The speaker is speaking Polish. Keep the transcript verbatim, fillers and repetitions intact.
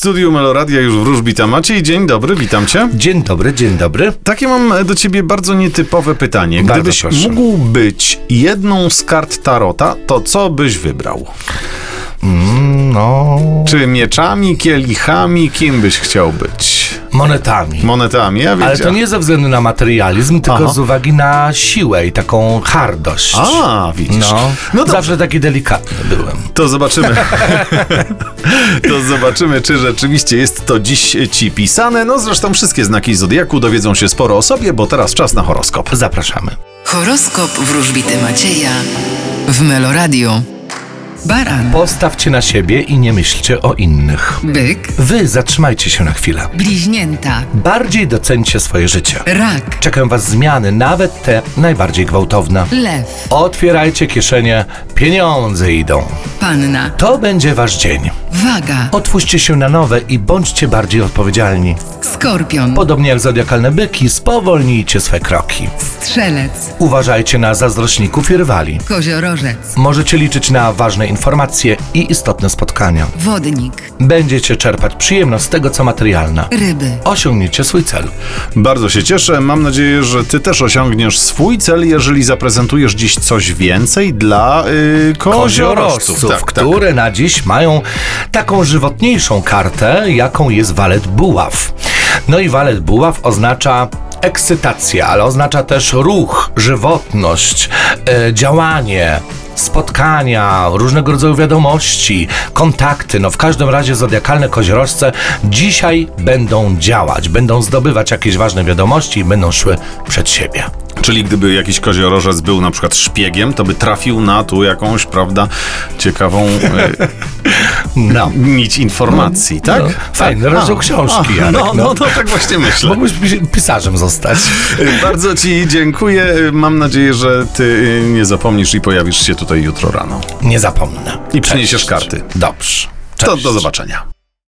studiu Meloradia już wróżbita Maciej. Dzień dobry, witam cię. Dzień dobry, dzień dobry. Takie mam do ciebie bardzo nietypowe pytanie. Bardzo Gdybyś proszę. mógł być jedną z kart Tarota, to co byś wybrał? Mm, no... Czy mieczami, kielichami, kim byś chciał być? Monetami. Monetami, ja wiedziałem. Ale to nie ze względu na materializm, tylko Aha. z uwagi na siłę i taką hardość. A, widzisz. No, No to, zawsze taki delikatny byłem. to zobaczymy. To zobaczymy, czy rzeczywiście jest to dziś ci pisane. No zresztą wszystkie znaki zodiaku dowiedzą się sporo o sobie, bo teraz czas na horoskop. Zapraszamy. Horoskop wróżbity Macieja w Meloradio. Baran, Postawcie na siebie i nie myślcie o innych. byk, Wy zatrzymajcie się na chwilę. bliźnięta, Bardziej docencie swoje życie. rak, Czekają was zmiany, nawet te najbardziej gwałtowne. lew, Otwierajcie kieszenie, pieniądze idą. panna, To będzie wasz dzień. waga, Otwórzcie się na nowe i bądźcie bardziej odpowiedzialni. skorpion, Podobnie jak zodiakalne byki, spowolnijcie swe kroki. strzelec, Uważajcie na zazdrośników i rywali. koziorożec, Możecie liczyć na ważne informacje i istotne spotkania. wodnik, Będziecie czerpać przyjemność z tego, co materialne. ryby. Osiągniecie swój cel. Bardzo się cieszę. Mam nadzieję, że ty też osiągniesz swój cel, jeżeli zaprezentujesz dziś coś więcej dla yy, koziorożców. Koziorożców, Tak, tak. które na dziś mają taką żywotniejszą kartę, jaką jest walet buław. No i walet buław oznacza ekscytację, ale oznacza też ruch, żywotność, e, działanie, spotkania, różnego rodzaju wiadomości, kontakty. No w każdym razie zodiakalne koziorożce dzisiaj będą działać, będą zdobywać jakieś ważne wiadomości i będą szły przed siebie. Czyli gdyby jakiś koziorożec był na przykład szpiegiem, to by trafił na tu jakąś, prawda, ciekawą e, No. nić informacji, tak? No, fajny rozdział A, książki, a, Jarek, no, no. no, no tak właśnie myślę. Mógłbyś pis- pisarzem zostać. Bardzo ci dziękuję. Mam nadzieję, że ty nie zapomnisz i pojawisz się tutaj jutro rano. Nie zapomnę. I przyniesiesz Cześć. karty. Dobrze. To Cześć. do zobaczenia.